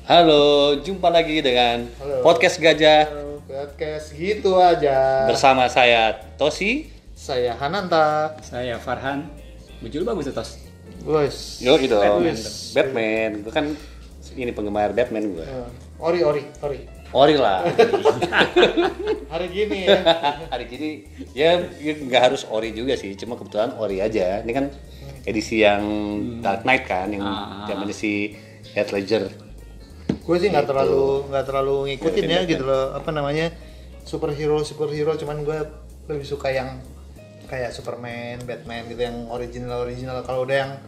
Halo, jumpa lagi dengan Halo. Podcast Gajah Podcast gitu aja. bersama saya Tosi. Saya Hananta. Saya Farhan. Baju lu bagus tuh, Tos. Wes. Yo gitu, Wes. Batman. Gue kan ini penggemar Batman gue. Ori. Ori lah. Hari gini ya. Hari ini ya nggak harus ori juga sih, cuma kebetulan ori aja. Ini kan edisi yang Dark Knight kan, yang zamannya si Heath Ledger. Gue sih nggak terlalu ngikutin ya gitu loh. Apa namanya? Superhero. Cuman gue lebih suka yang kayak Superman, Batman gitu yang original. Kalau udah yang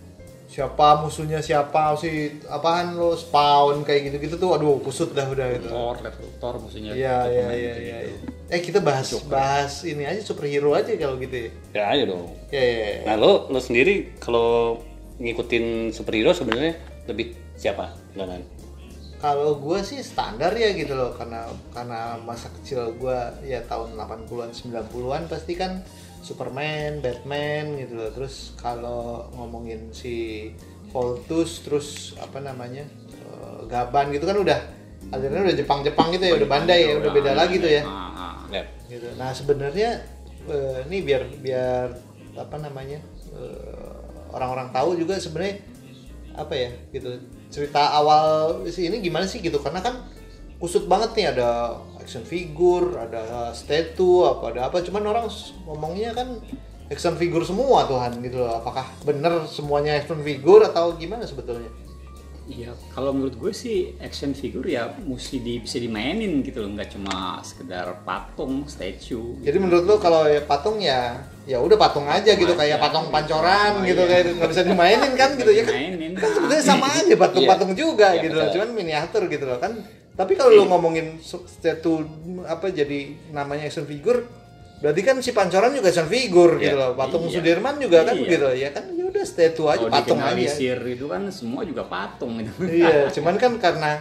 siapa musuhnya siapa sih, apaan lo Spawn kayak gitu tuh, aduh kusut dah udah gitu. Thor musuhnya. Iya. Kita bahas ini aja superhero aja kalau gitu ya. Ya ayo dong. Ya. Nah lo sendiri kalau ngikutin superhero sebenarnya lebih siapa? Ganan? Kalau gue sih standar ya gitu loh, karena masa kecil gue ya tahun 80-an 90-an pasti kan Superman, Batman gitu loh. Terus kalau ngomongin si Voltus, terus apa namanya Gaban gitu kan udah alirannya udah Jepang gitu ya, udah Bandai ya, udah beda lagi tuh ya. Gitu. Nah sebenarnya ini biar apa namanya orang-orang tahu juga sebenarnya apa ya gitu, cerita awal si ini gimana sih gitu, karena kan kusut banget nih, ada action figure, ada statue, ada apa, cuman orang ngomongnya kan action figure semua Tuhan gitu loh. Apakah bener semuanya action figure atau gimana sebetulnya? Iya, kalau menurut gue sih action figure ya mesti bisa dimainin gitu loh, nggak cuma sekedar patung, statue. Gitu. Jadi menurut lo kalau ya patung ya udah patung aja gitu, kayak patung pancoran gitu, kayak nggak bisa dimainin kan gitu ya kan? Kan sebenarnya sama aja patung juga gitu loh, cuman miniatur gitu loh kan. Tapi kalau lo ngomongin statue apa jadi namanya action figure, berarti kan si pancoran juga action figure gitu loh, patung Sudirman juga kan gitu ya kan, ya udah statue aja, patung aja. Itu kan semua juga patung gitu. Iya, cuman kan karena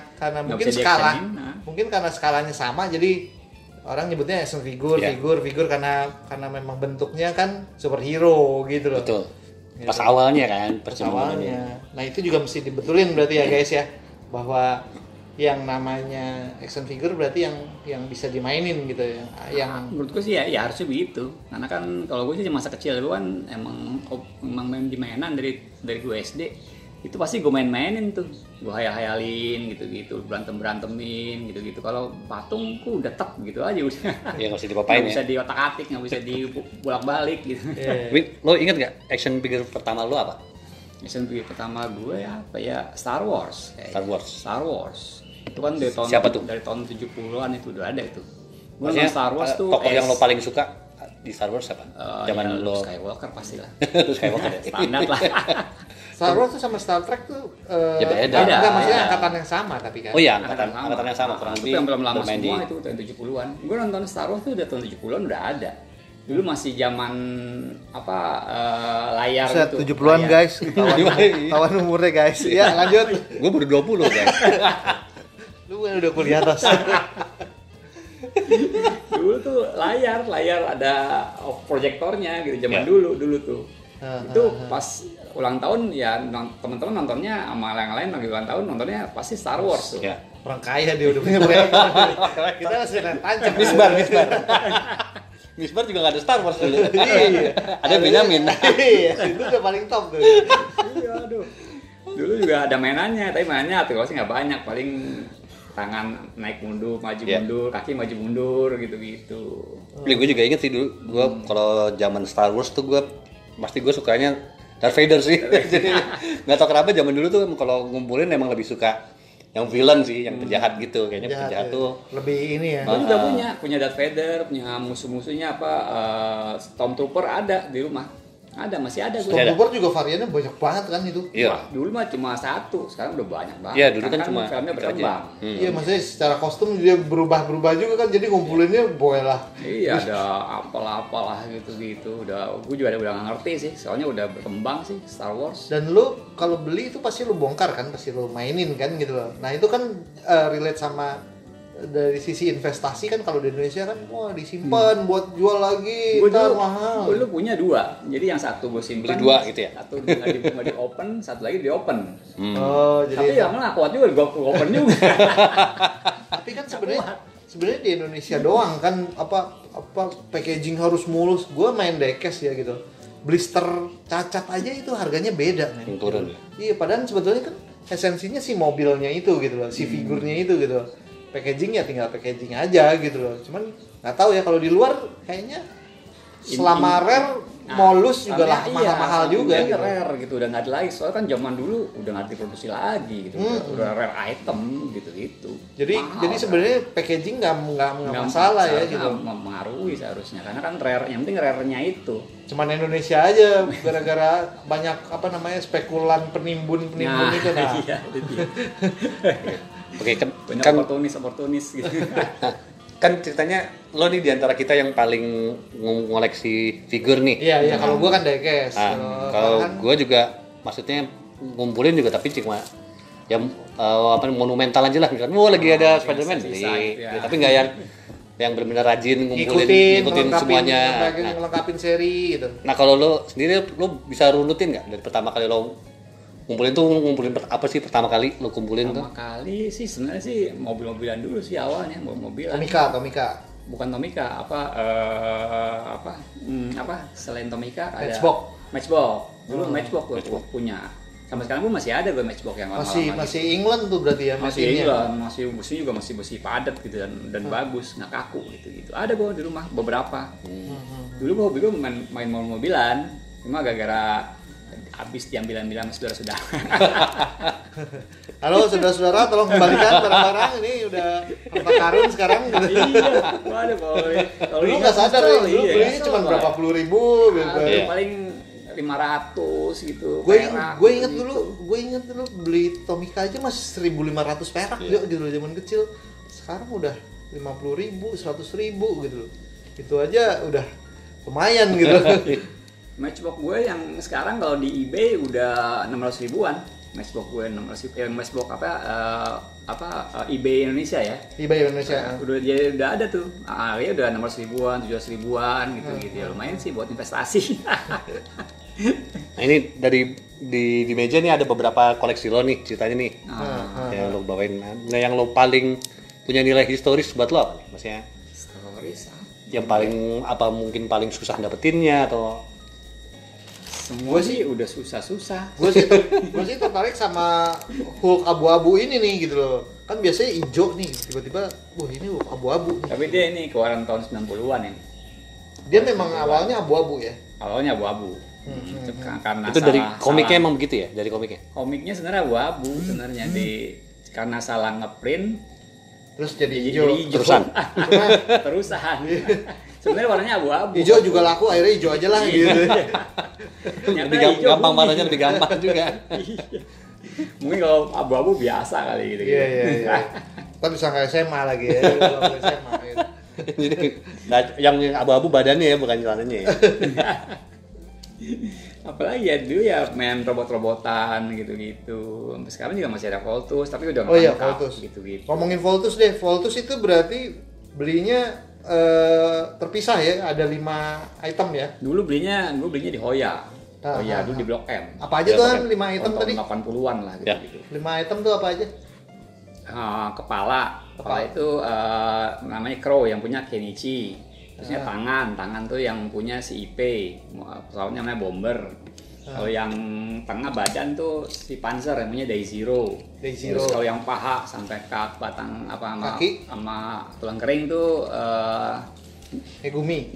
mungkin karena skalanya sama, jadi orang nyebutnya action figure, figure karena memang bentuknya kan superhero gitu loh. Betul. Gitu. Pas awalnya kan, perkembangannya. Nah itu juga mesti dibetulin berarti ya guys ya, bahwa yang namanya action figure berarti yang bisa dimainin gitu ya. Yang menurutku sih ya harusnya begitu. Karena kan kalau gue sih masa kecil gue kan emang main di mainan dari gue SD. Itu pasti gue mainin tuh. Gue hayal-hayalin gitu-gitu, berantemin gitu-gitu. Kalau patung ku udah tek gitu aja udah. Ya nggak bisa dipapain ya. Nggak bisa diotak-atik, nggak bisa dibolak-balik gitu. Lo inget nggak action figure pertama lo apa? Action figure pertama gue apa ya? Star Wars. Star Wars. Itu kan dari tahun 70-an itu udah ada itu. Gue nonton Star Wars tuh tokoh yang lo paling suka di Star Wars apa? Zaman lo Skywalker pastilah. Skywalker ya? Standar lah. Star Wars tuh sama Star Trek tuh ya beda. Enggak, maksudnya angkatan yang sama tapi kan. Oh iya, angkatan yang sama kurang lebih. lebih. Itu yang belum lama semua itu tahun 70-an. Gue nonton Star Wars tuh udah tahun 70-an udah ada. Dulu masih zaman layar gitu. 70-an guys. Tawan umurnya guys. Ya, lanjut. Gue baru 20 guys. Lu kan udah kuliah atas. Dulu tuh layar ada proyektornya gitu zaman dulu tuh. Itu pas ulang tahun ya teman-teman nontonnya sama yang lain lagi ulang tahun nontonnya pasti Star Wars tuh. Ya. Orang kaya dia udah punya proyektor. Kita masih tancap misbar. Misbar juga gak ada Star Wars dulu. Iya. Ada Benjamin. Iya, itu udah paling top tuh. Iya, aduh. Dulu juga ada mainannya, tapi mainannya sih nggak banyak, paling tangan naik mundur, maju mundur, kaki maju mundur gitu-gitu. Gue juga inget sih dulu, gue kalau zaman Star Wars tuh gue sukanya Darth Vader sih. Jadi nggak tau kenapa zaman dulu tuh kalau ngumpulin emang lebih suka yang villain sih, yang penjahat gitu. Kayaknya penjahat tuh lebih ini ya. Gue juga punya Darth Vader, punya musuh-musuhnya apa Stormtrooper ada di rumah. Masih ada gue. Stormtrooper juga variannya banyak banget kan itu. Iya. Dulu mah cuma satu, sekarang udah banyak banget. Iya, dulu kan cuma filmnya berkembang. Iya, maksudnya secara kostum dia berubah juga kan, jadi ngumpulinnya boleh lah. Iya, ada apalah gitu-gitu. Gue juga udah nggak ngerti sih, soalnya udah berkembang sih Star Wars. Dan lu kalau beli itu pasti lu bongkar kan, pasti lu mainin kan gitu loh. Nah itu kan relate sama dari sisi investasi kan kalau di Indonesia kan wah disimpan buat jual lagi, Gue ntar dulu, mahal. gue dulu punya 2. Jadi yang satu gue simpan. Beli 2 gitu ya? Satu nggak di open, satu lagi di open. Oh, Tapi jadi ya malah kuat juga gue open juga. tapi kan sebenarnya di Indonesia doang kan apa packaging harus mulus. Gue main diecast ya gitu. Blister cacat aja itu harganya beda, men. Yang turun. Iya, padahal sebetulnya kan esensinya si mobilnya itu gitu loh, si figurnya itu gitu loh. Packaging ya tinggal packaging aja gitu loh. Cuman nggak tahu ya kalau di luar kayaknya selama rare molus juga lah mahal-mahal juga gitu. gitu. Rare gitu udah nggak ada lagi. Soalnya kan zaman dulu udah nggak diproduksi lagi gitu. Udah rare item gitu. Jadi Mahal, sebenarnya packaging nggak masalah ya seharusnya gitu. nggak mempengaruhi seharusnya karena kan rare, yang penting rare-nya itu. Cuman Indonesia aja gara-gara banyak apa namanya spekulan penimbun itu nah. Iya, itu dia. Oke, Banyak kan oportunis gitu. kan ceritanya lo nih diantara kita yang paling ngoleksi figur nih. Iya, kalau gua kan diecast. Kalau gue juga maksudnya ngumpulin juga tapi cuma yang monumental aja lah. Kan lagi ada Spider-Man beli. ya. Tapi nggak yang benar-benar rajin ngumpulin, ngikutin semuanya. Ngelengkapin seri gitu. Nah kalau lo sendiri lo bisa runutin nggak dari pertama kali lo ngumpulin apa sih pertama kali lo kumpulin tuh? Pertama kali sih sebenarnya sih mobil-mobilan dulu sih awalnya, mobil-mobilan. Tomika. Bukan Tomika, selain Tomika ada Matchbox. Dulu Matchbox gue punya. Sampai sekarang pun masih ada gue Matchbox yang lama-lama. Masih England tuh berarti ya Masih mesinnya. England, besi juga masih besi padat gitu dan bagus, nggak kaku gitu. Ada gue di rumah beberapa. Dulu gue hobi gue main mobil-mobilan, cuma gara-gara habis diambil-ambil sama saudara-saudara. Halo saudara-saudara, tolong kembalikan barang-barang ini udah harta karun sekarang. Iya, waduh kalau Lu nggak sadar ya, lu belinya cuma berapa puluh ribu gitu. Paling 500 gitu. Gue inget dulu beli Tomika aja masih 1.500 perak gitu zaman kecil. Sekarang udah 50.000, 100.000 gitu. Itu aja udah lumayan gitu. Matchbox gue yang sekarang kalau di eBay udah 600 ribuan. Matchbox gue 600 ribu. Matchbox eBay Indonesia ya. eBay Indonesia. Udah ada tuh. Ya udah 600 ribuan, 700 ribuan gitu ya. Lumayan sih buat investasi. Nah ini di meja nih ada beberapa koleksi lo nih ceritanya nih. Yang lo bawain. Nah yang lo paling punya nilai historis buat lo apa nih? Maksudnya Historis. Yang mungkin paling susah dapetinnya atau Semua sih udah susah-susah. Gue sih tertarik sama Hulk abu-abu ini nih gitu loh. Kan biasanya hijau nih, tiba-tiba wah ini Hulk abu-abu. Tapi dia ini keluaran tahun 90-an ini. Dia memang awalnya abu-abu ya. Awalnya abu-abu. Karena itu dari komiknya emang begitu ya? Dari komiknya? Komiknya sebenarnya abu-abu sebenarnya karena salah ngeprint terus jadi hijau. Terusan. Sebenarnya warnanya abu-abu. Hijau juga laku, akhirnya hijau aja lah gitu. Lebih gampang warnanya lebih gampang juga. Mungkin kalau abu-abu biasa kali gitu. Iya. Kan bisa kayak SMA lagi ya. SMA gitu. Jadi yang abu-abu badannya ya bukan celananya ya. Apalagi ya dulu ya main robot-robotan gitu-gitu. Sampai sekarang juga masih ada Voltus tapi udah Voltus gitu-gitu. Ngomongin Voltus deh. Voltus itu berarti belinya terpisah ya, ada 5 item ya. Gue belinya di Hoya. Dulu di Blok M. Apa aja tuh kan 5 item tadi? 80-an lah gitu. 5 item tuh apa aja? Kepala itu namanya Crow yang punya Kenichi. Terusnya tangan tuh yang punya si IP. Pesawatnya namanya Bomber. Kalau yang tengah badan tuh si Panzer yang punya Day Zero. Terus kalau yang paha sampai ke batang kaki sama tulang kering tuh Megumi.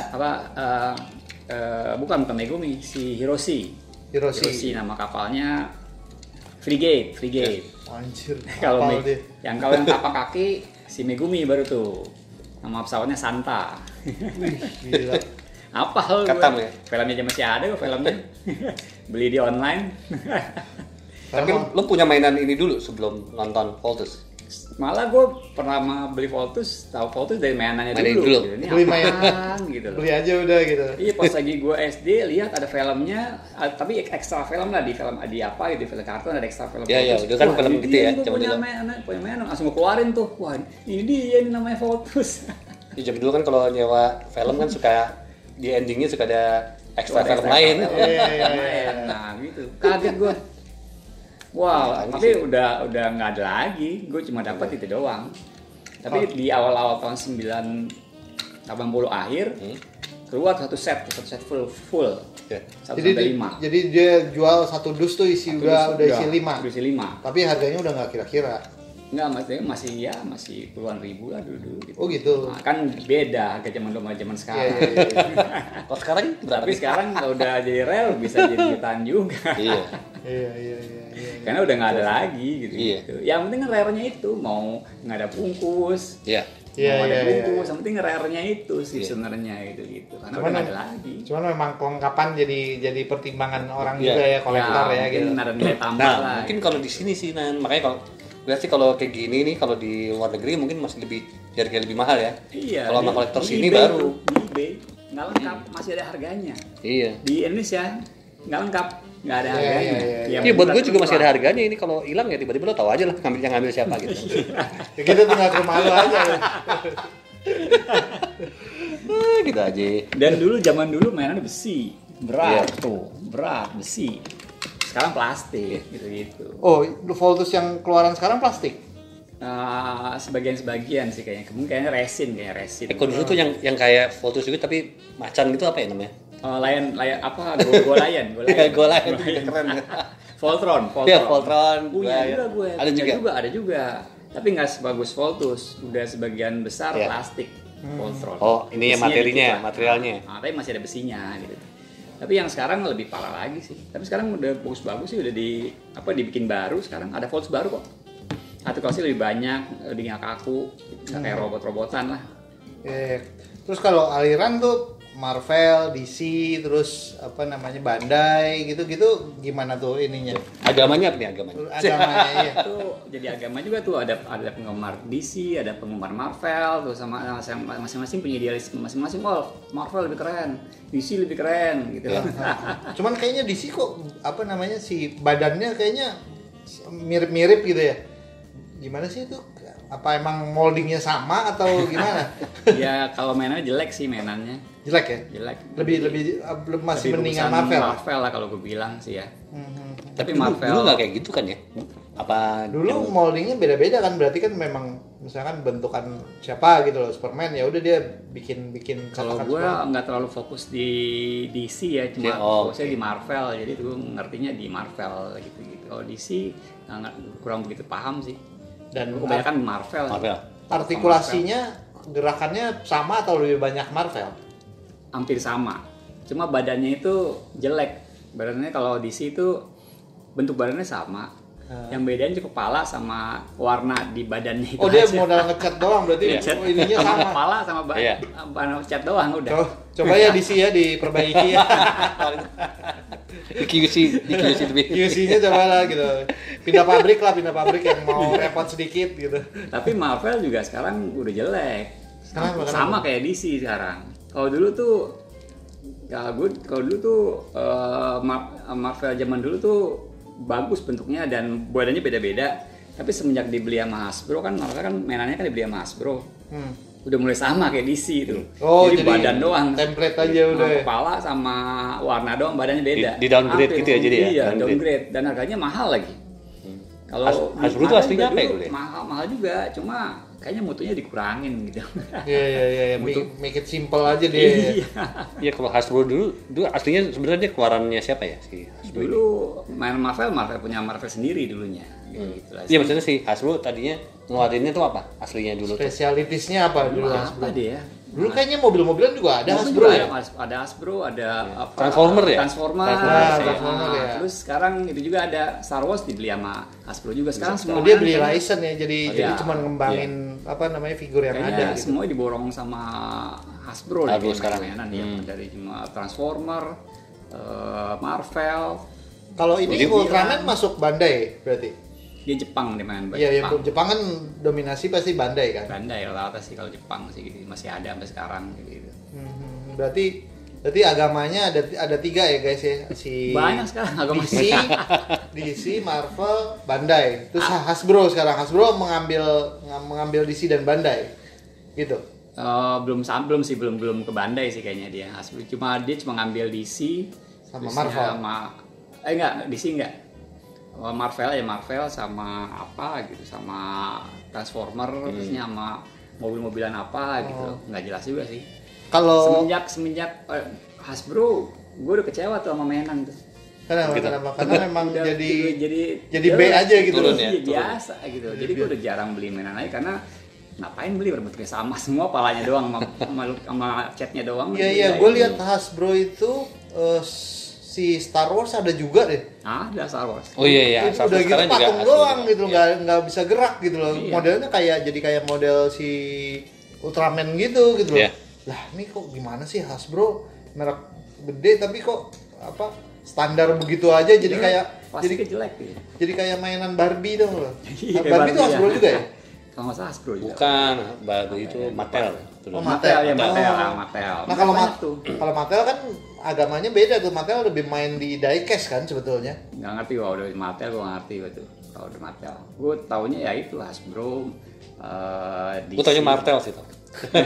Bukan Megumi, si Hiroshi. Nama kapalnya Frigate. Anjir. Kalau yang tapak kaki si Megumi baru tuh. Nama pesawatnya Santa. Gila. Apa hal Katam ya? Filmnya aja masih ada kok filmnya. Beli di online. Tapi lo punya mainan ini dulu sebelum nonton Voltus? Malah gue pernah beli Voltus, tahu Voltus dari mainannya dulu. Beli mainan gitu loh. Beli aja udah gitu. Iya, pas lagi gue SD lihat ada filmnya, tapi ekstra film lah di film di apa gitu, di film kartun ada ekstra film. Iya, udah kan film gitu ya, coba punya main langsung gue keluarin tuh. Wah, ini dia ini namanya Voltus. Di zaman dulu kan kalau nyewa film kan suka di endingnya suka ada ekstra film lain. Iya. Nah, gitu. Kaget gue. Wow, tapi udah nggak ada lagi. Gue cuma dapat itu doang. Tapi di awal-awal tahun 80 akhir keluar satu set full. Ya. Jadi dia jual satu dus tuh isi udah isi 5. Isi 5. Tapi harganya udah nggak kira-kira. Enggak, masih puluhan ribu lah dulu gitu. Oh gitu. Nah, kan beda harga zaman sekarang. Kalau sekarang tapi sekarang kalau udah jadi rel bisa jadi jutaan juga. Iya. Karena udah nggak ada lagi gitu. Iya. Yang penting rare-nya itu mau nggak ada bungkus. Iya. Mau ada bungkus, yang penting rare-nya itu sih sebenarnya gitu. Karena udah nggak ada lagi. Cuman memang kelengkapan jadi pertimbangan orang juga ya kolektor ya gitu. Ada nilai tambah Nah, lah. mungkin kalau di sini sih makanya kalau berarti kalau kayak gini nih kalau di luar negeri mungkin masih harganya lebih mahal ya. Iya. Kalau sama kolektor di sini eBay baru. Di eBay nggak lengkap, masih ada harganya. Iya. Di Indonesia nggak lengkap, nggak ada harganya. Iya, buat gue juga masih ada harganya ini. Kalau hilang ya tiba-tiba lo tahu aja lah yang ngambil siapa gitu. Ya kita tinggal ke rumah lo aja. Gitu aja. Dan zaman dulu mainannya besi, berat besi. Sekarang plastik gitu. Oh, Voltus yang keluaran sekarang plastik? Sebagian sih kayaknya resin. Kalau dulu tuh yang kayak Voltus juga tapi macan gitu apa ya namanya? Layan apa? Golayan. Golayan itu juga keren. Voltron. Iya, Voltron. Punya juga gue. Ada juga. Tapi nggak sebagus Voltus. Udah sebagian besar plastik Voltron. Oh, ini ya materialnya. Tapi masih ada besinya gitu. Tapi yang sekarang lebih parah lagi sih. Tapi sekarang udah bagus sih, udah dibikin baru sekarang. Ada Voltus baru kok. Artikulasi lebih banyak, lebih nggak kaku, kayak robot-robotan lah. Terus kalau aliran tuh Marvel, DC, terus Bandai gitu-gitu gimana tuh ininya? Agamanya apa nih agamanya? Agamanya iya. Tuh jadi agama juga tuh ada penggemar DC, ada penggemar Marvel, tuh sama masing-masing punya idealisme masing-masing. Oh, Marvel lebih keren, DC lebih keren gitu. Cuman kayaknya DC kok si badannya kayaknya mirip-mirip gitu ya. Gimana sih itu? Apa emang moldingnya sama atau gimana? Ya kalau mainannya jelek sih mainannya. Jelek ya? Jelek. Lebih masih mendingan Marvel lah kalau gue bilang sih ya. Tapi Marvel dulu nggak kayak gitu kan ya? Apa dulu moldingnya beda-beda kan, berarti kan memang misalkan bentukan siapa gitu loh, Superman ya udah dia bikin kalau gue nggak terlalu fokus di DC ya, cuma fokusnya di Marvel, jadi gue ngertinya di Marvel gitu. Kalau DC kurang begitu paham sih. Dan kebanyakan Marvel. Artikulasinya, gerakannya sama atau lebih banyak Marvel? Hampir sama. Cuma badannya itu jelek. Badannya kalau DC itu bentuk badannya sama. Yang bedanya cuma kepala sama warna di badannya itu. Oh, dia modal ngecat doang berarti ininya sama. Kepala sama cat doang udah. Coba ya DC ya diperbaiki ya. Di QC lebih. QC-nya coba lah gitu. Pindah pabrik yang mau repot sedikit gitu. Tapi Marvel juga sekarang udah jelek. Sama kayak DC sekarang. Kalau dulu tuh Marvel zaman dulu tuh bagus bentuknya dan badannya beda-beda. Tapi semenjak dibeli sama Hasbro kan Marvel kan mainannya kan dibeli sama Hasbro. Udah mulai sama kayak DC itu. Oh, jadi badan doang. Template aja udah. Kepala sama warna doang, badannya beda. Di downgrade gitu ya jadi ya. Iya, downgrade dan harganya mahal lagi. Kalau Hasbro itu aslinya apa ya dulu ya? Mahal juga, cuma kayaknya mutunya dikurangin gitu. Iya. Make it simple aja dia. Iya, kalau Hasbro dulu aslinya sebenarnya keluarannya siapa ya si Hasbro? Dulu main Marvel punya Marvel sendiri dulunya. Gitu lah. Iya, maksudnya si Hasbro tadinya ngeluarinnya tuh apa aslinya dulu? Spesialitasnya apa dulu Hasbro? Apa dia? Dulu kayaknya mobil-mobilan juga ada Hasbro ya? Ada Hasbro, ada Transformer ya? Transformer ya. Terus sekarang itu juga ada Star Wars dibeli sama Hasbro juga. Sekarang semua dia beli license ya, jadi cuma ngembangin figur yang ada gitu. Semua diborong sama Hasbro sekarang dari cuma Transformer, Marvel. Kalau ini Ultraman masuk Bandai berarti? Dia Jepang, dia main Iya, Jepang. Jepang kan dominasi pasti Bandai kan. Bandai rata-rata sih kalau Jepang sih gitu. Masih ada sampai sekarang gitu. Berarti agamanya ada 3 ya guys ya, si Banyak sekarang agama DC, Marvel, Bandai. Terus Hasbro sekarang. Hasbro mengambil DC dan Bandai. Gitu. belum ke Bandai sih kayaknya dia. Dia cuma ngambil DC Sama terusnya Marvel. Enggak, DC enggak. Marvel sama apa gitu, sama Transformer terusnya sama mobil-mobilan apa gitu. Nggak jelas juga sih. Kalau Semenjak Hasbro, gue udah kecewa tuh sama mainan tuh. kenapa? Karena memang Udah jadi B aja gitu turun loh. ya. Biasa gitu. Jadi gue udah jarang beli mainan aja karena ngapain beli bentuknya sama semua, palanya doang sama catnya doang. Iya, gue lihat Hasbro itu si Star Wars ada juga deh. Ada Star Wars. Oh iya. Itu udah gitu patung doang gitu, nggak bisa gerak gitu loh. Iya. Modelnya jadi kayak model si Ultraman gitu loh. Iya. Lah ini kok gimana sih Hasbro merek gede tapi kok apa standar begitu aja jadi kayak Pasti jelek gitu. jadi kayak mainan Barbie dong loh. Iya, Barbie itu Hasbro juga ya? Kalau nggak salah Hasbro juga. Bukan, baru itu Mattel. Oh, Mattel ya, Mattel. Nah kalau Banyak tuh. kalau Mattel kan agamanya beda tuh. Mattel lebih main di diecast kan sebetulnya. Nggak ngerti gua udah Mattel, gua ngerti betul. Kalau udah Mattel, gua taunya ya itu Hasbro. Gue taunya Martel sih tau.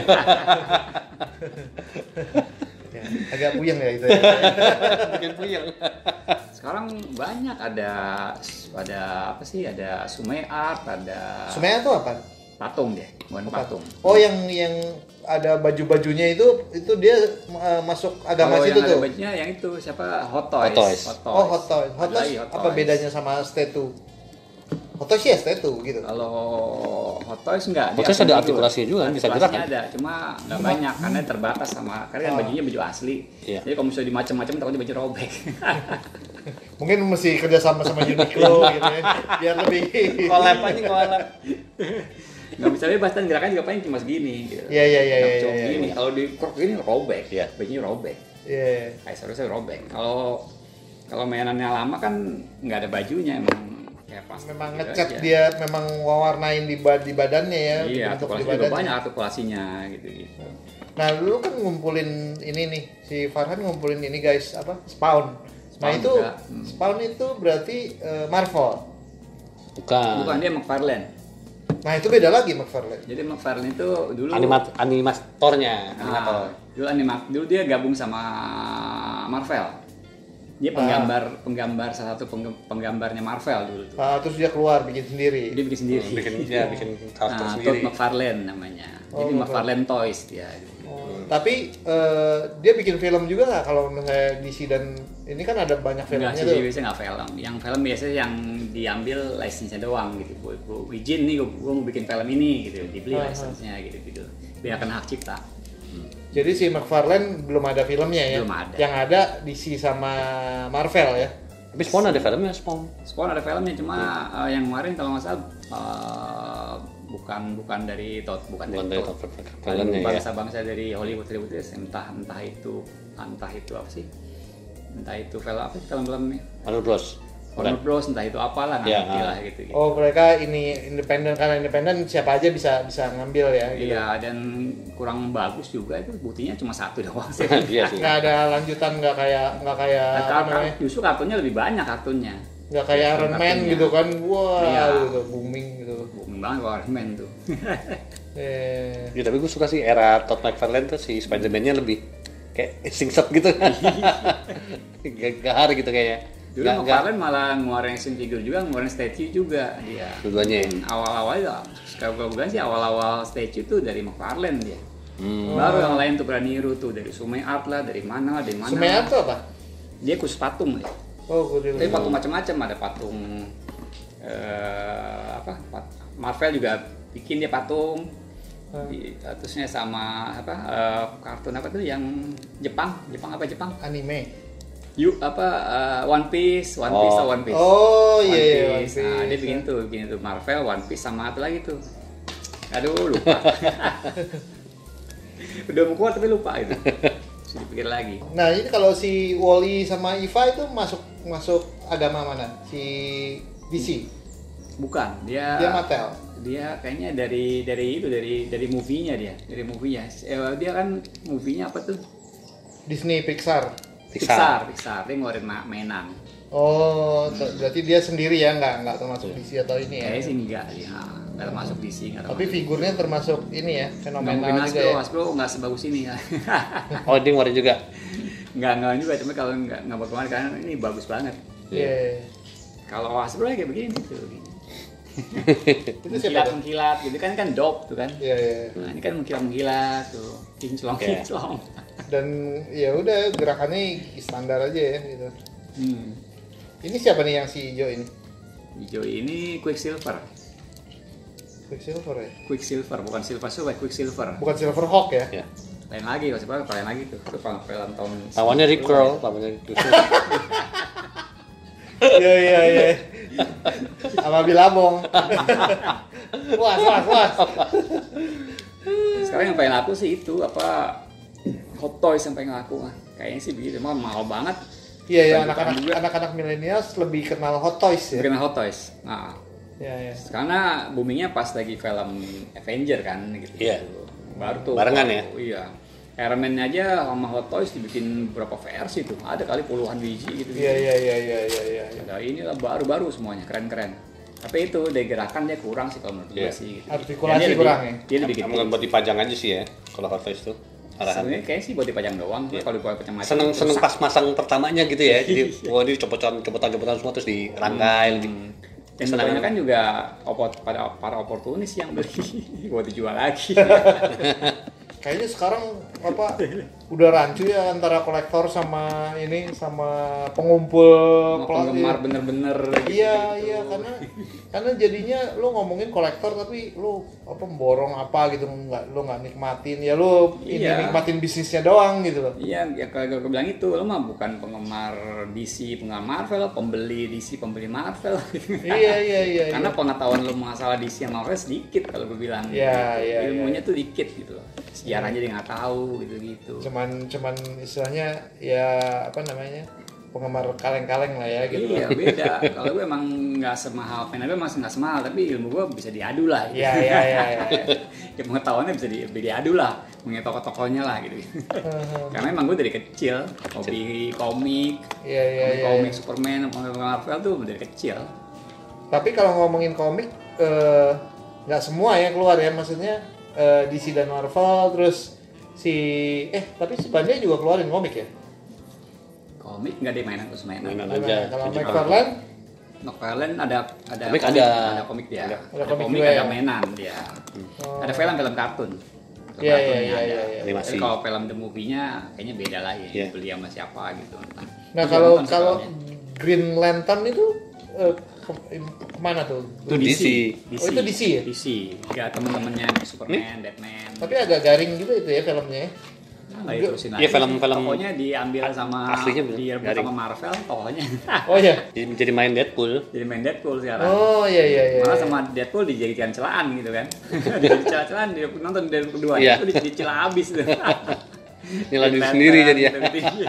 Ya, agak puyeng ya itu. Ya. Bikin puyeng. Sekarang banyak ada apa sih? Ada Sume Art, ada Sebenarnya tuh apa? patung dia, bukan patung. Oh yang ada baju-bajunya itu dia masuk agama Kalau situ yang ada tuh. bajunya yang itu siapa? Hot Toys. Hot Toys. Oh Hot Toys. Hot Ada Toys lagi Hot apa Toys. bedanya sama Statue? Hot Toys ya Statue gitu. Kalau Hot Toys enggak. Hot Toys ada artikulasinya juga kan, bisa gerak kan? Ada, cuma nggak banyak karena terbatas karena kan bajunya baju asli. Iya. Jadi kalau misalnya dimacam-macam takutnya baju robek. Mungkin mesti kerja sama Uniqlo gitu ya. Biar lebih Collab. Nggak bisa bebas kan gerakannya juga paling cuma segini gitu. Iya. Nggak cuma Iya. gini. Kalau di krok gini robek Iya. bajunya robek. Iya. Aksesorisnya robek. Kalau mainannya lama kan nggak ada bajunya emang kayak plastik. Memang gitu ngecat aja. dia memang warnain di badannya ya. Iya, dibentuk di artikulasi juga badannya. banyak artikulasinya gitu. Nah, lu kan ngumpulin ini nih, si Farhan ngumpulin ini guys, apa? Spawn. Nah, Spawn itu juga. Spawn itu berarti Marvel. Bukan dia McFarlane. Nah, itu beda lagi McFarlane. Jadi McFarlane itu dulu Animatornya. dulu dia gabung sama Marvel. Dia penggambar salah satu penggambarnya Marvel dulu tuh. Terus dia keluar bikin sendiri. Dia bikin sendiri. bikin karakter Todd sendiri. McFarlane namanya. Jadi McFarlane Toys dia. Tapi dia bikin film juga nggak kalau misalnya DC dan ini kan ada banyak filmnya Enggak sih, tuh. dia biasanya nggak film. Yang film biasanya yang diambil license-nya doang gitu. Gue izin nih, gue mau bikin film ini gitu. Dibeli license-nya gitu. Biar kena hak cipta. Jadi si McFarlane belum ada filmnya ya. Belum ada. Yang ada DC sama Marvel ya. Tapi Spawn ada filmnya, Spawn. Spawn ada filmnya, cuma yang kemarin kalau nggak salah bukan dari Todd, bukan dari Todd. Filmnya ya. Bangsa-bangsa dari Hollywood entah itu apa sih? Entah itu film-filmnya. Warner Bros. Warner Bros, entah itu apalah, nggak Ya, ngerti lah gitu. Oh, mereka ini independen, karena independen siapa aja bisa ngambil ya gitu. Iya, dan kurang bagus juga itu, buktinya cuma satu doang sih. Iya sih. Nggak ada lanjutan, nggak kayak apa namanya? Justru kartunya lebih banyak kartunya. Nggak kayak Iron Man Kartunya. gitu kan. Wah, Iya. gitu, booming gitu. Booming banget kalau Iron Man tuh. Ya, tapi gue suka sih era Todd McFarlane tuh si Spider-Man-nya lebih kayak sing-sep gitu. Gahar gitu kayaknya. Dulu McFarlane malah ngeluarin action figure juga, ngeluarin statue juga dia. Dua-duanya ya? Awal-awal sekarang gue sih awal-awal statue tuh dari McFarlane dia. Baru yang lain tuh pada niru tuh dari Sume Art lah, dari mana. Sumear tuh apa? Dia khusus patung ya. Oh, gue Tapi patung macam-macam, ada patung Marvel juga bikin dia patung. Terusnya sama kartun apa tuh yang Jepang anime. One Piece. Oh iya, One Piece. Nah, dia bikin tuh Marvel, One Piece sama apa lagi tuh. Aduh, lupa. Udah mau kuat tapi lupa itu. Harus dipikir lagi. Nah, ini kalau si Wally sama Eva itu masuk agama mana? Si DC. Bukan, Dia Mattel. dia kayaknya dari movie-nya dia. Dari movie-nya. Dia kan movie-nya apa tuh? Disney Pixar. Pixar. Dia ngeluarin mainan. Oh, berarti dia sendiri ya, nggak termasuk DC atau ini ya? Kayaknya sih enggak ya. Enggak termasuk DC, enggak Tapi termasuk. figurnya termasuk ini ya, Nggak fenomenal mungkin juga ya. Hasbro nggak sebagus ini ya. Oh, dia ngeluarin juga. Enggak juga, cuma kalau nggak kemarin karena ini bagus banget. Iya. Kalau Hasbro ya kayak begini tuh. Itu siapa tuh? Mengkilat gitu kan dope tuh kan. Iya. Nah, ini kan mengkilat tuh. Kinclong. Dan ya udah gerakannya standar aja ya gitu. Ini siapa nih yang si hijau ini? Hijau ini Quicksilver. Quicksilver ya? Quicksilver bukan Silver Surfer, Quicksilver. Bukan Silverhawk ya? Ya. Lain lagi, maksudnya lain lagi tuh. Itu film tahun. Lawannya Rip Curl, lawannya Rip Curl. Iya. Sama Bilabong. Puas. Sekarang yang paling laku sih itu apa Hot Toys yang paling laku mah. Kayaknya sih begitu, mah mahal banget. Iya, anak-anak milenial lebih kenal Hot Toys ya. Bikin Hot Toys. Nah, Iya. karena boomingnya pas lagi film Avenger kan gitu. Iya. Baru tuh. Barengan ya? Iya. Iron Man aja sama Hot Toys dibikin berapa versi tuh? Ada kali puluhan biji gitu. Iya. Ada inilah baru-baru semuanya, keren-keren. Tapi itu dari gerakan dia kurang sih kalau menurut gue Iya. sih. Gitu. Artikulasi kurang ya? Dia lebih Emang buat dipajang aja sih ya, kalau Hot Toys tuh. Sebenarnya kayak sih buat dipajang doang. Iya. Kalau dipajang macam Seneng pas masang pertamanya gitu ya. Jadi wah ini copotan semua terus dirangkai lebih. Dan kebanyakan juga para oportunis yang beli buat dijual lagi. Kayaknya sekarang udah rancu ya antara kolektor sama pengumpul Penggemar bener-bener. Iya, karena jadinya lu ngomongin kolektor tapi lu borong gitu, lu nggak nikmatin ya, lu Iya. nikmatin bisnisnya doang gitu loh. Iya, ya kalau gue bilang itu, lo mah bukan penggemar DC, penggemar Marvel, pembeli DC, pembeli Marvel. Iya. Karena pengetahuan lo masalah DC sama Marvel sedikit kalau gue bilang. Iya. Ilmunya tuh dikit gitu loh. Sejarahnya dia nggak tahu gitu-gitu. Cuman istilahnya ya penggemar kaleng-kaleng lah ya gitu. Iya, beda. Kalau gue emang nggak semahal Marvel, emang nggak semahal, tapi ilmu gue bisa diadu lah. Gitu. Iya. Ya pengetahuannya bisa diadu lah, mengenai tokoh-tokohnya lah gitu. Karena emang gue dari kecil hobi komik, Iya. komik Superman, komik Marvel tuh dari kecil. Tapi kalau ngomongin komik, nggak semua ya keluar ya, maksudnya DC dan Marvel, terus tapi si Bandai juga keluarin komik ya? Komik nggak ada mainan terus mainan. Mainan aja. Kalau Jepang. McFarlane, ada Komik komik, ada. komik dia. Ada Ada komik komik, juga ada ya? mainan dia. Oh. Ada film kartun. Iya. Ada. Animasi. Tapi kalau film the movie-nya kayaknya beda lagi. Iya. Beli sama siapa gitu. Nah Itu kalau nonton soalnya. Green Lantern itu kemana tuh? Itu DC. Oh, itu DC ya? DC. Ya teman-temannya Superman, Batman. Tapi agak garing juga itu ya filmnya ya? Nggak diterusin lagi. Iya, film-film Pokoknya diambil sama aslinya bener, direbut garing. sama Marvel pokoknya. Oh iya? Jadi main Deadpool. Jadi main Deadpool sekarang. Oh iya. Malah sama Deadpool dijadikan celaan gitu kan. Jadi celaan dia nonton Deadpool kedua Iya. itu dicela habis tuh. Nyela diri sendiri jadi ya.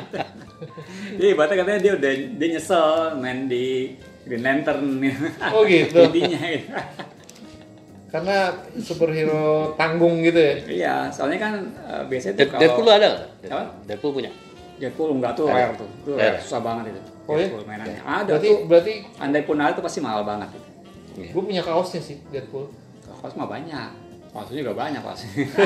Jadi ibaratnya katanya dia nyesel main di Green Lantern. Oh gitu. Intinya gitu. Karena superhero tanggung gitu ya? Iya, soalnya kan biasanya tuh kalau Deadpool ada nggak? Apa? Deadpool punya. Deadpool enggak tuh rare tuh. Itu Rare. susah banget itu. Oh iya? Deadpool mainannya. Ada tuh. Berarti Andai pun ada tuh pasti mahal banget itu. gue punya kaosnya sih Deadpool. Kaos mah banyak. Palsu juga banyak palsu.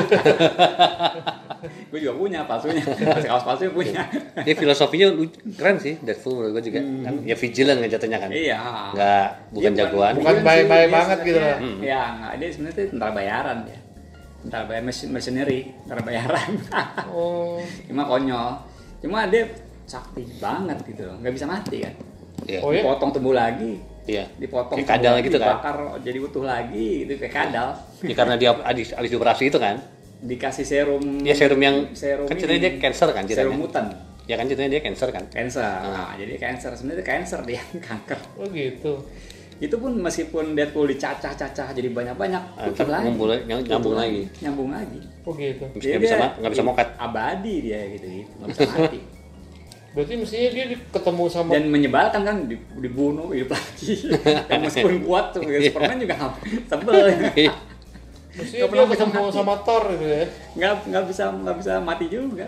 Gue juga punya palsunya. Masih kaos palsu punya. Ini filosofinya keren sih Deadpool menurut gue juga. Kan ya vigilant kan jatuhnya kan. Iya. Bukan Iya, jagoan. Bukan baik-baik banget gitu lah. lah. Iya, enggak. Dia sebenarnya tuh tentara bayaran dia. Tentara bayar mercenary, tentara bayaran. Oh. Cuma konyol. Cuma dia sakti banget gitu loh. Nggak bisa mati kan. Iya. Oh iya? Dipotong tubuh lagi. Iya. Dipotong Kayak kadal tubuh gitu kan. dibakar jadi utuh lagi gitu kayak kadal. Ya karena dia habis dioperasi itu kan. Dikasih serum. Ya serum yang serum kan ceritanya dia cancer kan serum ceritanya. mutan. Ya kan ceritanya dia cancer kan. Cancer. Nah, jadi cancer sebenarnya cancer dia kanker. Oh gitu. Itu pun meskipun Deadpool dicacah-cacah jadi banyak-banyak, utuh lagi. Ngumpul nyambung lagi. Nyambung lagi. Oh gitu. Nggak bisa mokat. Abadi dia gitu, nggak bisa mati. Berarti mestinya dia ketemu sama Dan menyebalkan kan, dibunuh, hidup lagi. Dan meskipun kuat tuh, Superman juga sebel. mestinya Nggak dia pernah bisa ketemu mati. sama Thor gitu ya. Nggak bisa mati juga.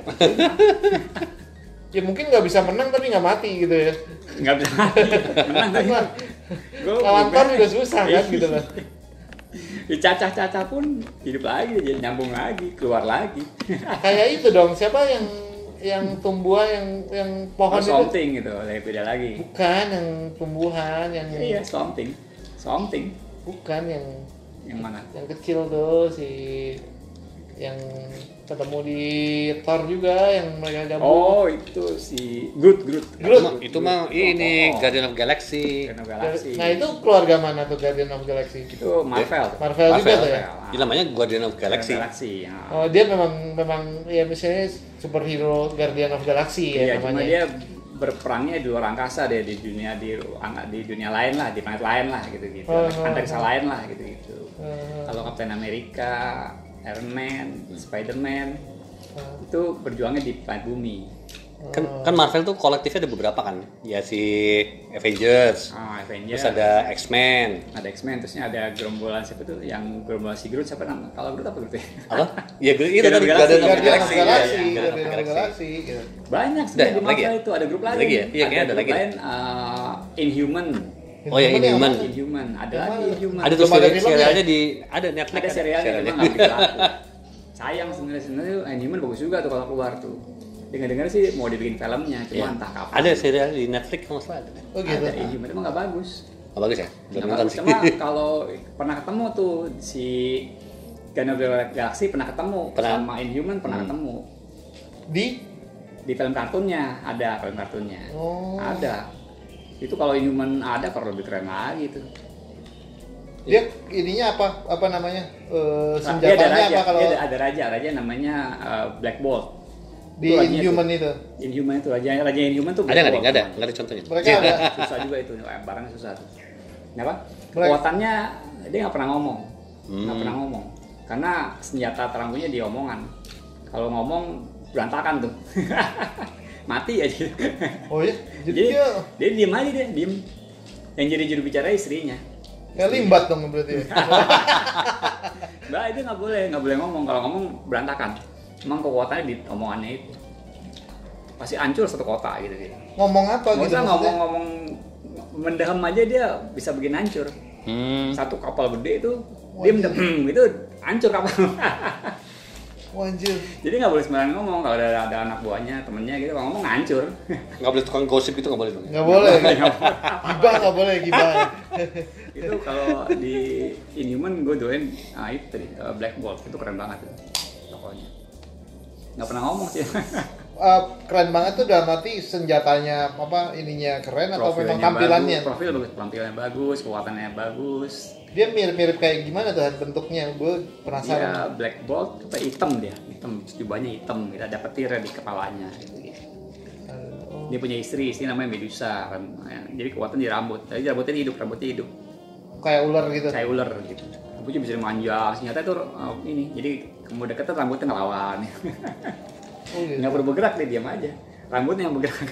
Ya mungkin nggak bisa menang tapi nggak mati gitu ya. Nggak bisa mati. Menang tapi. Lawan Thor juga susah kan gitu loh. Dicacah-cacah pun hidup lagi, jadi nyambung lagi, keluar lagi. Kayak itu dong, siapa yang tumbuhan yang pohon itu? Something gitu, beda lagi. Bukan yang tumbuhan yang Iya, something. bukan Yang mana? yang kecil tuh si yang ketemu di Thor juga yang mereka gabung. Oh, itu si Groot. Itu mah ini Guardian of Galaxy. Guardian of Galaxy. Nah itu keluarga mana tuh Guardian of Galaxy? Itu Marvel. Marvel juga tuh ya. Ini namanya Guardian of Galaxy. Ya. Oh dia memang ya misalnya superhero Guardian of Galaxy ya Iya, cuma namanya. dia berperangnya di luar angkasa deh, di dunia lain lah, di planet lain lah gitu-gitu. Antariksa lain lah gitu-gitu. Kalau Captain America, Iron Man, Spider-Man itu berjuangnya di planet bumi. Kan Marvel tuh kolektifnya ada beberapa kan. Ya si Avengers. Avengers. Terus ada X-Men. Ada X-Men, terusnya ada gerombolan siapa tuh? Yang gerombolan si Groot siapa nama? Kalau Groot apa Groot ya? Apa? Ya itu Guardian tadi of Guardian of Galaxy. Galaxy. Guardian of Iya, Galaxy, Guardian of Guardian of Galaxy. Galaxy gitu. Banyak Udah, sebenarnya di lagi Marvel ya? itu, ada grup lain. Lagi ya? Iya, kayaknya ada grup lagi deh. lain, Inhuman. Oh ya Inhuman. Inhuman, ada Yang lagi mana? Inhuman. Ada tuh Belum ada filmnya? serialnya di ada Netflix. Ada serialnya cuma nggak begitu laku. Sayang sebenarnya Inhuman bagus juga tuh kalau keluar tuh. Dengar-dengar sih mau dibikin filmnya, cuma Iya. entah kapan. Ada serial di Netflix kalau nggak salah ada. Oh gitu. Ada Inhuman, emang nggak bagus. Oh, bagus ya? Belum Nggak nonton bagus, sih. cuma kalau pernah ketemu tuh si Guardian of the Galaxy pernah ketemu Pernah. sama Inhuman pernah ketemu di film kartunnya, ada film kartunnya. Oh. Ada. Itu kalau Inhuman ada kalau lebih keren lagi tuh. Dia ininya apa namanya? Dia ada Senjatanya raja, apa kalau dia ada raja namanya Black Bolt. di Itu rajanya Inhuman itu? Inhuman itu raja Inhuman tuh Ada Black nggak nih? Bolt. Nggak ada contohnya. Mereka ada. Susah juga itu, barangnya susah tuh. Kenapa? Kekuatannya dia nggak pernah ngomong, karena senjata teranggunya di omongan. Kalau ngomong berantakan tuh, mati aja. Oh ya, jadi Jadi dia dia diem aja diem. Yang jadi juru bicara istrinya. kayak limbat dong berarti. Mbak itu nggak boleh ngomong. Kalau ngomong berantakan. Emang kekuatannya di omongannya itu. Pasti hancur satu kota gitu. Ngomong apa Nggak gitu usah maksudnya? ngomong mendem aja dia bisa bikin hancur. Satu kapal gede itu dia mendem itu hancur kapal. Wah, anjir. Jadi nggak boleh sembarangan ngomong. Kalau ada anak buahnya, temennya gitu, kalau ngomong hancur. Nggak boleh tukang gosip itu nggak boleh dong. Nggak boleh. Gibah nggak boleh gibah. Itu kalau di Inhuman gue doain itu tadi Black Bolt itu keren banget tuh pokoknya. Nggak pernah ngomong sih. Keren banget tuh dalam arti senjatanya apa ininya keren atau memang tampilannya? Bagus, tampilannya bagus, kekuatannya bagus. Dia mirip-mirip kayak gimana tuh bentuknya? Gue Dia penasaran. Black Bolt apa hitam, jubahnya hitam, kita ada petir di kepalanya gitu. Oh. Dia punya istri namanya Medusa kan. Jadi kekuatan di rambut. Tapi rambutnya hidup. Kayak ular gitu. Kayak ular gitu. Rambutnya bisa dimanjang. Senjata itu ini. Jadi kamu deket tuh rambutnya ngelawan. Oh, gitu. Nggak perlu bergerak, dia diam aja. Rambutnya yang bergerak.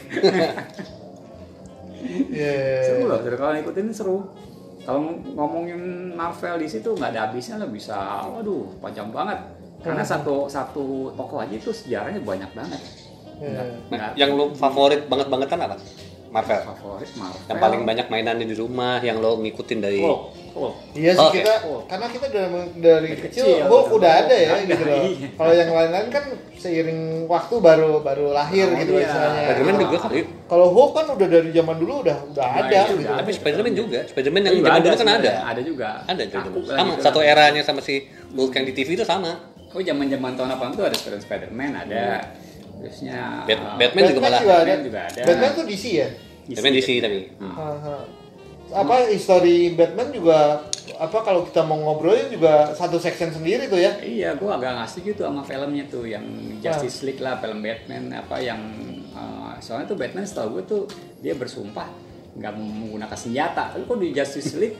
Seru loh, kalau ngikutin seru. Kalau ngomongin Marvel di situ nggak ada habisnya lah, bisa, waduh, panjang banget. Karena satu tokoh aja itu sejarahnya banyak banget. Nah, yang lo favorit bangetan apa? Marvel. Favorit Marvel. Yang paling banyak mainannya di rumah, yang lo ngikutin dari. Iya sih Oke. kita, karena kita dari kecil, udah ada ya gitu loh. Kalau yang lain-lain kan seiring waktu baru lahir gitu istilahnya. Spiderman juga kali. Kalau Hulk kan udah dari zaman dulu udah ada gitu. Tapi Spiderman juga. Spiderman yang zaman dulu kan ada. Ada juga. Ada juga. Kaku lah Sama gitu satu lah. eranya sama si Hulk yang di TV itu sama. Oh, zaman-zaman tahun 80 tuh ada Spider-Man, ada terusnya Batman juga malah. juga ada. Batman juga ada. Batman tuh DC ya? Batman DC tapi. Apa history Batman juga apa kalau kita mau ngobrolin juga satu section sendiri tuh ya? Iya, gua agak nggak setuju tuh sama filmnya tuh yang Justice League lah, film Batman apa yang soalnya tuh Batman setahu gue tuh dia bersumpah nggak menggunakan senjata. Tapi kok di Justice League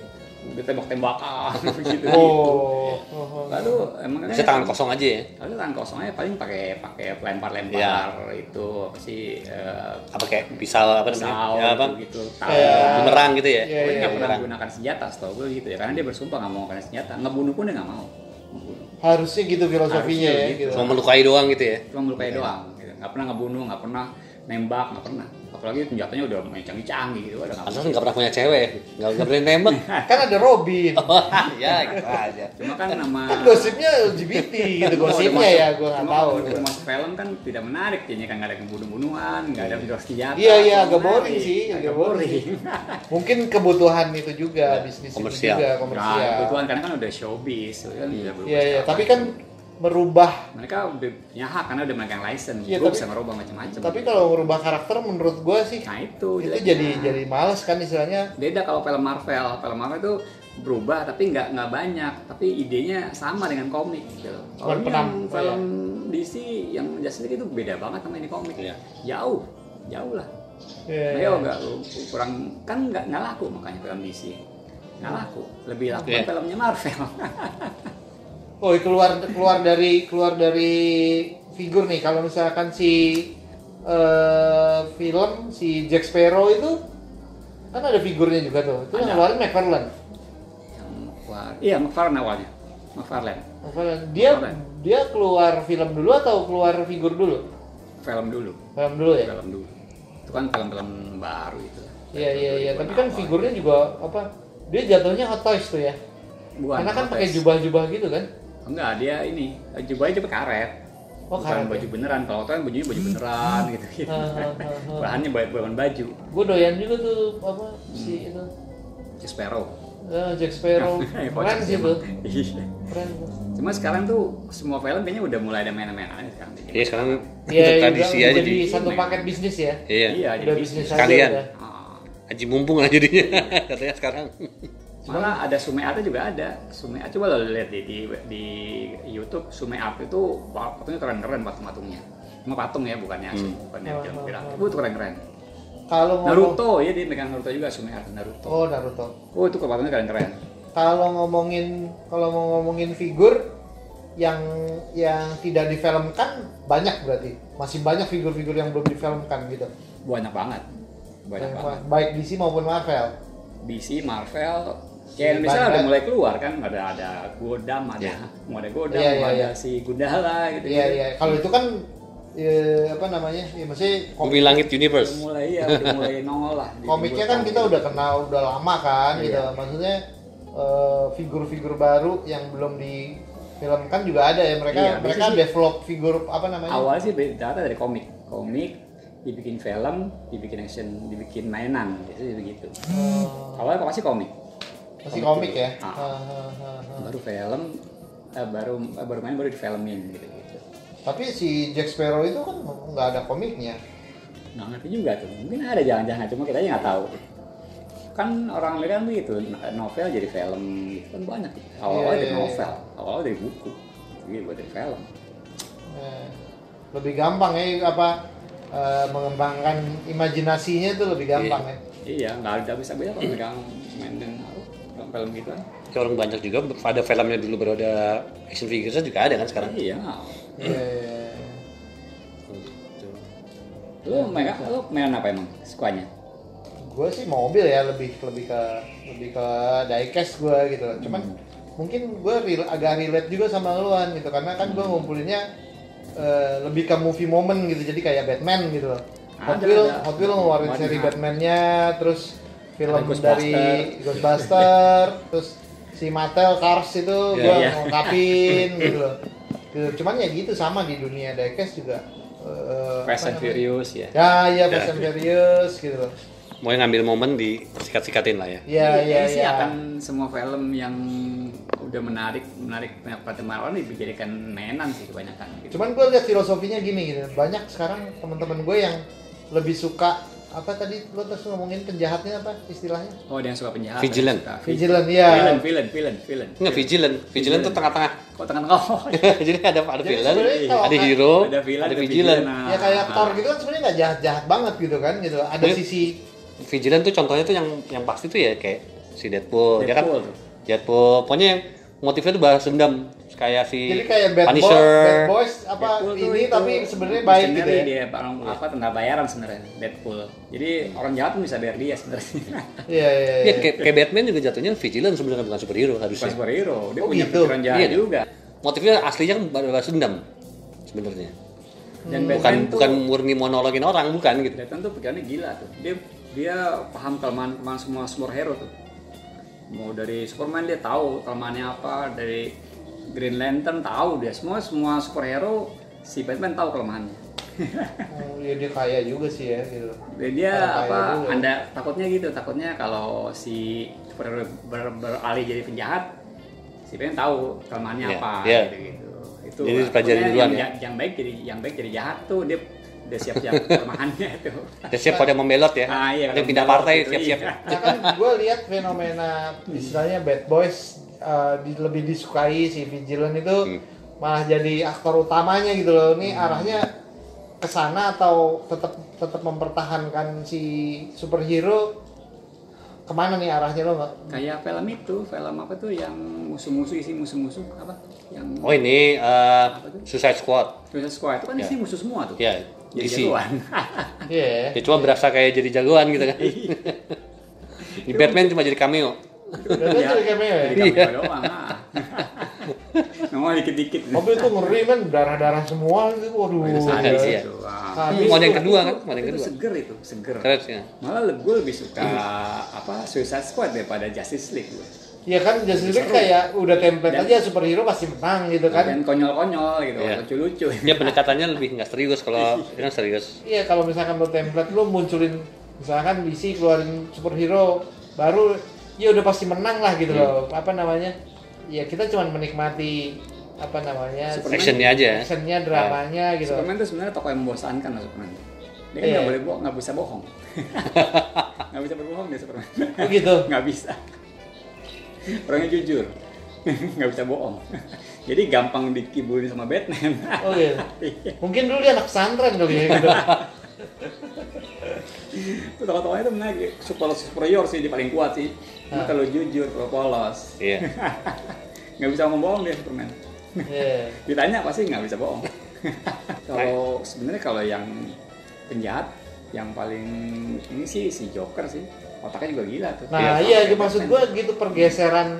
ditembak-tembakan begitu. Lalu emang kan Bisa tangan kosong aja ya. lalu tangan kosongnya paling pakai lempar-lempar itu apa sih Apa kayak pisau apa namanya? pisau Ya, apa? gitu. Bumerang gitu ya. Pokoknya nggak pernah bumerang. menggunakan senjata, setahu gue gitu ya, karena dia bersumpah nggak mau menggunakan senjata, ngebunuh pun dia nggak mau. Ngebunuh. Harusnya gitu filosofinya Harusnya ya gitu. gitu. Cuma melukai doang gitu ya. Cuma melukai doang, gitu. Nggak pernah ngebunuh, nggak pernah nembak, nggak pernah. Apalagi senjatanya udah main canggih-canggih gitu, udah nggak Pantesan nggak pernah punya cewek, nggak berani nembak. Kan ada Robin. Ya gitu aja. Cuma kan nama Kan gosipnya LGBT gitu gosipnya ya, gue nggak tahu. Udah masuk film kan tidak menarik, jadinya kan nggak ada bunuh-bunuhan, nggak ada video senjata. Iya, agak menarik. boring sih, agak boring. Mungkin kebutuhan itu juga, bisnis itu Komersial. juga Nah, komersial. kebetulan karena kan udah showbiz, kan udah berubah Iya, segala tapi macam. kan merubah. Mereka udah punya hak karena udah megang license, Iya, gue tapi- bisa ngerubah macam-macam. Tapi kalau merubah karakter menurut gue sih nah itu itu jeleknya. jadi males kan istilahnya. Beda kalau film Marvel itu berubah tapi nggak banyak, tapi idenya sama dengan komik gitu. Kalau Cuman ini yang penam- film DC yang Justice League itu beda banget sama ini komik. Iya. Jauh lah. Iya, Mereka nggak kurang kan nggak laku, makanya film DC nggak laku, lebih laku Iya. filmnya Marvel. Oh, keluar dari figur nih. Kalau misalkan film si Jack Sparrow itu kan ada figurnya juga tuh. Itu yang Ada. ngeluarin McFarlane. Yang keluar, iya McFarlane awalnya, McFarlane Dia keluar film dulu atau keluar figur dulu? film dulu, Film dulu ya. film dulu. Itu kan film-film baru itu. Iya. Tapi kan Awal. figurnya juga apa? Dia jatuhnya Hot Toys tuh ya. Bukan, Karena kan protes. pakai jubah-jubah gitu kan. Enggak, dia ini jubahnya cuma karet. Oh, Bukan karet baju ya? beneran. Kalau itu kan bajunya baju beneran gitu. Bahannya bahan baju. Gue doyan juga tuh apa si itu Jack Sparrow. Jack Sparrow. Ya, Keren kocak sih emang. tuh. Iya. Keren. Cuma sekarang tuh semua film kayaknya udah mulai ada mainan-mainannya sekarang. Iya sekarang Iya, untuk tradisi aja jadi di. satu paket bisnis ya. Iya. Iya, Udah jadi bisnis Sekalian. aja udah. Ah. Haji mumpung lah jadinya katanya sekarang. Malah ada sume art juga ada. Sume art coba lo lihat di YouTube, sume art itu patungnya keren-keren patung-patungnya. Cuma patung ya, bukannya asli, bukannya film viral. Itu keren-keren. Kalau ngomong Naruto ya, dia megang Naruto juga, sume art Naruto. Oh, Naruto. Oh, itu patungnya keren-keren. Kalau mau ngomongin figur yang tidak difilmkan banyak berarti. Masih banyak figur-figur yang belum difilmkan gitu. Banyak banget. Banyak Yang banget. baik DC maupun Marvel. DC, Marvel, ya Indonesia Banyak. udah mulai keluar kan, ada Godam, ada mau ada Godam, Iya, mau iya, ada si Gundala gitu. Iya. Kalau itu kan apa namanya? Ya maksudnya Bumi Langit Universe. Udah mulai nongol lah. komiknya kan kita udah kenal udah lama kan gitu. Iya. Maksudnya figur-figur baru yang belum difilmkan juga ada ya mereka Iya, mereka biasanya sih- develop figur apa namanya? Awalnya sih data dari komik dibikin film, dibikin action, dibikin mainan, biasanya begitu. Awalnya pasti komik. Masih komik ya. Ah. Baru film, baru main baru difilmin gitu. Tapi si Jack Sparrow itu kan nggak ada komiknya. Nggak ngerti juga tuh, mungkin ada jangan-jangan, cuma kita aja nggak tahu. Kan orang Amerika kan begitu, novel jadi film gitu kan banyak. Awal-awal Iya, dari iya, novel, awal-awal dari buku, jadi buat dari film. Lebih gampang ya apa mengembangkan imajinasinya itu lebih gampang ya. Iya, nggak bisa beda kalau megang main dengan film gitu kan. Kayak orang banyak juga pada filmnya dulu baru ada action figures juga ada kan sekarang. Iya. Iya. Lu main apa emang sukanya? Gue sih mobil ya lebih ke diecast gue gitu. Cuman mungkin gue agak relate juga sama luan gitu karena kan gue ngumpulinnya lebih ke movie moment gitu jadi kayak Batman gitu loh. Hot Wheels ngeluarin Banyak. seri Batman-nya terus film Ada Ghostbuster. dari Ghostbuster terus si Mattel Cars itu gue Iya. ngungkapin gitu loh. Cuman ya gitu sama di dunia diecast juga Fast and apa namanya? Furious ya. Ya Fast and Furious gitu loh. Mau yang ngambil momen disikat-sikatin lah ya. Iya sih iya. akan semua film yang udah menarik pertemanan orang dijadikan mainan sih kebanyakan. Gitu. Cuman gue lihat filosofinya gini gitu. Banyak sekarang teman-teman gue yang lebih suka apa tadi lo terus ngomongin penjahatnya apa istilahnya? Oh, dia yang suka penjahat. Vigilant. yang suka Vigilant ya. Villain. Enggak vigilant tuh tengah-tengah. Kok tengah-tengah? Jadi ada Jadi villain, sebenarnya kalau ada kan- hero, Ada villain, ada ada vigilant. vigilant. Ya kayak Thor gitu kan sebenarnya nggak jahat-jahat banget gitu kan gitu. Ada Iya. sisi Vigilant tuh contohnya tuh yang pasti tuh ya kayak si Deadpool. Dia kan Deadpool tuh. Deadpool. Pokoknya yang motifnya tuh balas dendam kayak si Jadi kayak Punisher. Bad Boys apa Deadpool tuh ini itu tapi sebenarnya baik gitu visionary ya. dia apa tentang bayaran sebenarnya Deadpool. Jadi orang jahat pun bisa bayar dia sebenarnya. Iya iya Iya, iya. kayak Batman juga jatuhnya vigilance sebenarnya bukan superhero Bukan harusnya. superhero, dia Oh, punya gitu? pikiran jahat Iya. juga. Motifnya aslinya kan balas dendam sebenarnya. Dan Bukan Batman tuh, bukan murni monologin orang, bukan gitu. Batman tuh pikirannya gila tuh. Dia paham kelemahan semua superhero tuh. Mau dari Superman dia tahu kelemahannya apa, dari Green Lantern tahu dia semua superhero si Batman tahu kelemahannya. Oh, ya dia kaya juga sih ya gitu. Dan dia Orang kaya apa juga. Anda takutnya gitu, takutnya kalau si superhero beralih jadi penjahat, si Batman tahu kelemahannya Iya, apa iya. gitu. Itu Jadi dipelajari takutnya duluan yang baik jadi jahat tuh dia udah siap-siap kelemahannya tuh. Dia siap pada membelot ya. Iya, Ada yang pindah kalau partai gitu, siap-siap. iya. Nah kan gue lihat fenomena istilahnya Bad Boys lebih disukai si Vigilant itu malah jadi aktor utamanya gitu loh. Ini arahnya ke sana atau tetap mempertahankan si superhero kemana nih arahnya lo nggak? Kayak film apa tuh yang musuh-musuh apa? Yang Oh ini Suicide Squad. Suicide Squad itu kan Ya. isi musuh semua tuh. Ya, Jadi DC. jagoan. Iya. Dia cuma berasa kayak jadi jagoan gitu kan. Di Batman cuma jadi cameo. Udah jadi cameo ya. Jadi cameo doang. Ngomong dikit-dikit. Mobil tuh ngeri man, darah-darah semua gitu. Waduh. Sadis iya. itu. Wah. Sadis Mau yang tuh. kedua kan? Mau yang Itu kedua. seger itu, seger. Keren ya. Malah gue lebih suka apa Suicide Squad daripada Justice League gue. Ya kan Justice League kayak udah template aja superhero pasti menang gitu kan. Dan konyol-konyol gitu, Iya. lucu-lucu. Dia pendekatannya lebih nggak serius kalau ini kan serius. Iya kalau misalkan lo template lo munculin misalkan DC keluarin superhero baru ya udah pasti menang lah gitu loh. Apa namanya? Ya kita cuma menikmati apa namanya? Superman. Actionnya aja. Actionnya, dramanya gitu. Superman itu sebenarnya tokoh yang membosankan lah Superman. Dia kan Iya. nggak boleh bohong, nggak bisa bohong. Nggak bisa berbohong dia Superman. Oh gitu. Nggak bisa. Orangnya jujur, nggak bisa bohong. Jadi gampang dikibulin sama Batman. Oh gitu. Mungkin dulu dia anak pesantren kali ya gitu. Itu tokoh-tokohnya itu menarik. Superior sih, dia paling kuat sih. Cuma Ah. kalau jujur, kalau polos, Iya. nggak bisa ngomong bohong dia Superman. Iya. Ditanya pasti nggak bisa bohong. Kalau sebenarnya kalau yang penjahat yang paling ini sih si Joker sih, otaknya juga gila tuh. Nah iya maksud gue gitu pergeseran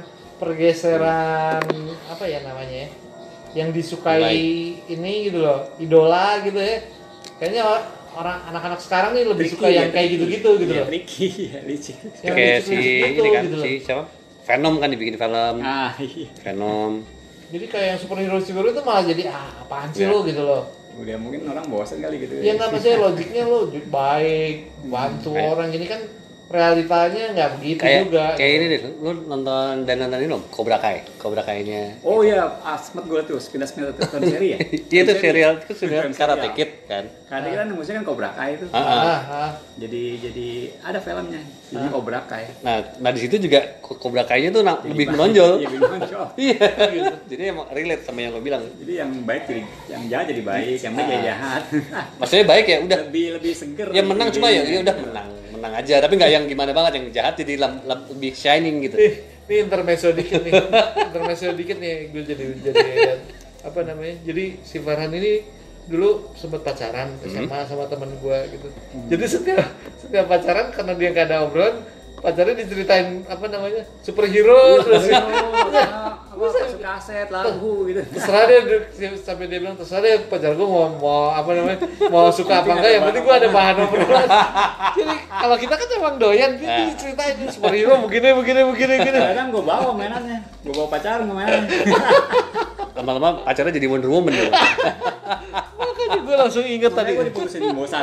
apa ya namanya ya yang disukai ini gitu loh idola gitu ya kayaknya orang anak-anak sekarang nih lebih suka yang kayak gitu-gitu gitu ya, loh. Tricky, ya, licik. Yang Kayak si licik-licik gitu, ini kan gitu loh. si siapa? Venom kan dibikin film. Ah iya. Venom. Jadi kayak yang superhero itu malah jadi apaan sih Iya. lo gitu loh. Udah mungkin orang bosan kali gitu. Ya nggak maksudnya logiknya lo baik bantu Kayak- orang gini kan realitanya nggak begitu Kayak juga. kayak ini deh, lu nonton dan ini belum? Cobra Kai-nya. Oh iya, Asmat gue tuh, sepintas tuh seri ya? Iya itu serial itu serial Bukan Karate serial. Kid kan. Karena kan musiknya kan Cobra Kai itu. Ah. Jadi ada filmnya, jadi Cobra Kai. Nah di situ juga Cobra Kai-nya tuh lebih menonjol. Iya, lebih menonjol. Iya. Jadi emang relate sama yang lo bilang. Jadi yang baik jadi, yang jahat jadi baik, yang baik jadi jahat. Maksudnya baik ya udah. lebih seger. Yang menang lebih- cuma ya udah menang aja, tapi nggak yang gimana banget yang jahat jadi lebih shining gitu. Ini intermezzo dikit nih. Intermezzo dikit nih gue jadi apa namanya? Jadi si Farhan ini dulu sempat pacaran SMA sama teman gue gitu. Jadi setiap pacaran karena dia nggak ada obrolan, pacarnya diceritain apa namanya? Superhero terus Apa kasih kaset lagu gitu. terserah dia sampai dia bilang terserah deh pacar gue mau apa namanya mau suka apa enggak yang penting gue ada bahan obrolan. Jadi kalau kita kan emang doyan dia ceritain superhero begini. Kadang gue bawa mainannya, gue bawa pacaran ke mainannya. Lama-lama pacarnya jadi Wonder Woman ya. Makanya gue langsung inget tadi Gue diputusin bosan.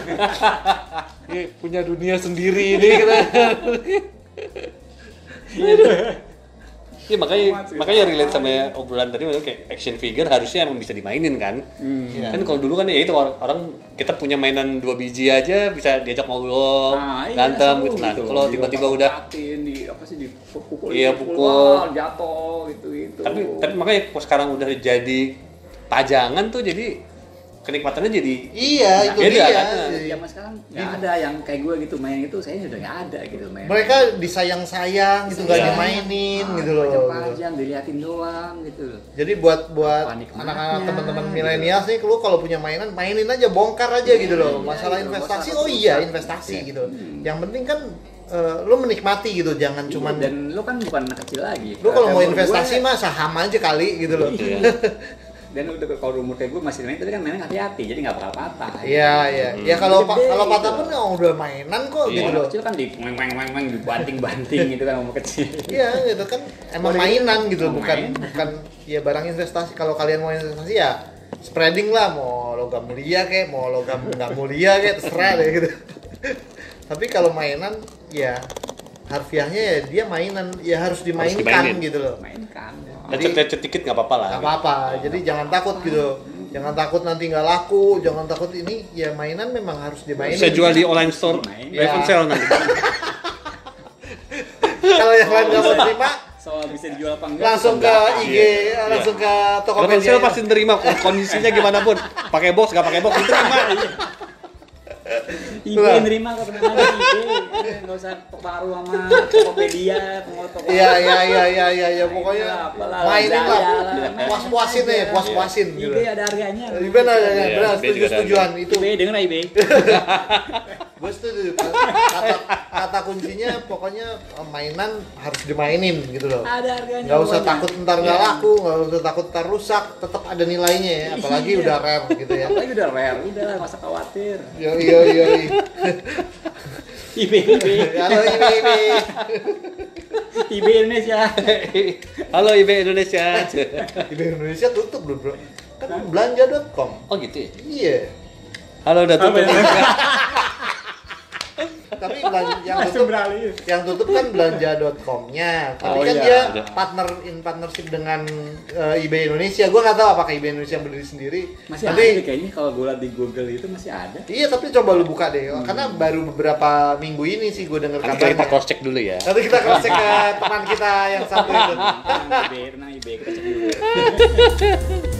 punya dunia sendiri ini kita. Iya makanya relate sama obrolan tadi maksudnya kayak action figure harusnya emang bisa dimainin kan. Kan kalau dulu kan ya itu orang kita punya mainan 2 biji aja bisa diajak ngobrol, berantem gitu. Nah, kalau tiba-tiba udah di apa sih dipukul, Iya, pukul. jatuh gitu. tapi makanya kalau sekarang udah jadi pajangan tuh jadi kenikmatannya jadi Iya, itu beda, dia. kan? Zaman sekarang nggak ada yang kayak gue gitu main itu, saya udah nggak ada gitu main. Mereka disayang-sayang gitu, nggak Iya. dimainin gitu loh. Panjang diliatin doang gitu. Jadi buat Apa nikmatnya, anak-anak teman-teman gitu. milenials nih, lu kalau punya mainan, mainin aja, bongkar aja gitu loh. Iya, Masalah gitu. investasi, Nggak usah oh iya rusak. investasi Iya. gitu. Yang penting kan lu menikmati gitu, jangan Iya, cuman dan lu kan bukan anak kecil lagi. lu kalau mau Umur investasi gue- mah saham aja kali gitu loh. Iya. dan udah kalau umur kayak gue masih main, tapi kan mainnya hati-hati, jadi nggak bakal patah. Iya iya. Ya kalau Gede kalau patah gitu. pun udah mainan kok Iya. gitu Anak loh. kecil kan di meng dibanting-banting gitu kan umur kecil. Iya gitu kan emang Boleh. mainan gitu Main. bukan ya barang investasi. Kalau kalian mau investasi ya spreading lah, mau logam mulia kayak mau logam nggak mulia kayak terserah deh gitu. Tapi kalau mainan ya harfiahnya ya dia mainan ya harus dimainkan dimainin. gitu loh. Mainkan. lecet-lecet dikit nggak apa-apa lah. Gak apa-apa. Jadi jangan takut gitu. Jangan takut nanti nggak laku, jangan takut ini ya mainan memang harus dimainin. Saya jual di online store, Main. iPhone Ya. sale nanti. Kalau yang lain nggak mau terima, Soal bisa dijual apa enggak? langsung ke belakang. IG, langsung ke iPhone Tokopedia. sale pasti terima kondisinya gimana pun. Pakai box nggak pakai box diterima. eBay nerima kok tenang aja eBay. Enggak usah terparu sama Tokopedia, Tokopedia. Iya, pokoknya Apalah, mainin lah, Lazada lah. puas-puasin deh, puas-puasin gitu. eBay ada harganya. Benar, Iya, benar, eBay juga ada setujuan itu. eBay denger eBay. Gue setuju. Kata kuncinya pokoknya mainan harus dimainin gitu loh. Ada harganya. Nggak usah pokoknya. takut ntar nggak Iya. laku, nggak usah takut ntar rusak, tetap ada nilainya ya. Apalagi Iya. udah rare gitu ya. Apalagi udah rare, udah lah, masa khawatir. Iya. eBay. Halo ini. eBay Indonesia. Halo eBay Indonesia. eBay Indonesia tutup loh bro. Kan belanja.com. Oh gitu ya. Iya. Halo udah tutup. Tapi yang tutup kan belanja.com-nya. Tapi Oh, kan iya. dia partnership dengan eBay Indonesia. Gua nggak tahu apakah eBay Indonesia berdiri sendiri. Masih Nanti ada deh kayaknya kalau gue liat di Google itu masih ada. iya, tapi coba lu buka deh. Karena baru beberapa minggu ini sih gue denger Nanti kabarnya. kita cross check dulu ya. Nanti kita cross check ke teman kita yang satu itu. Tenang eBay, kita cek dulu.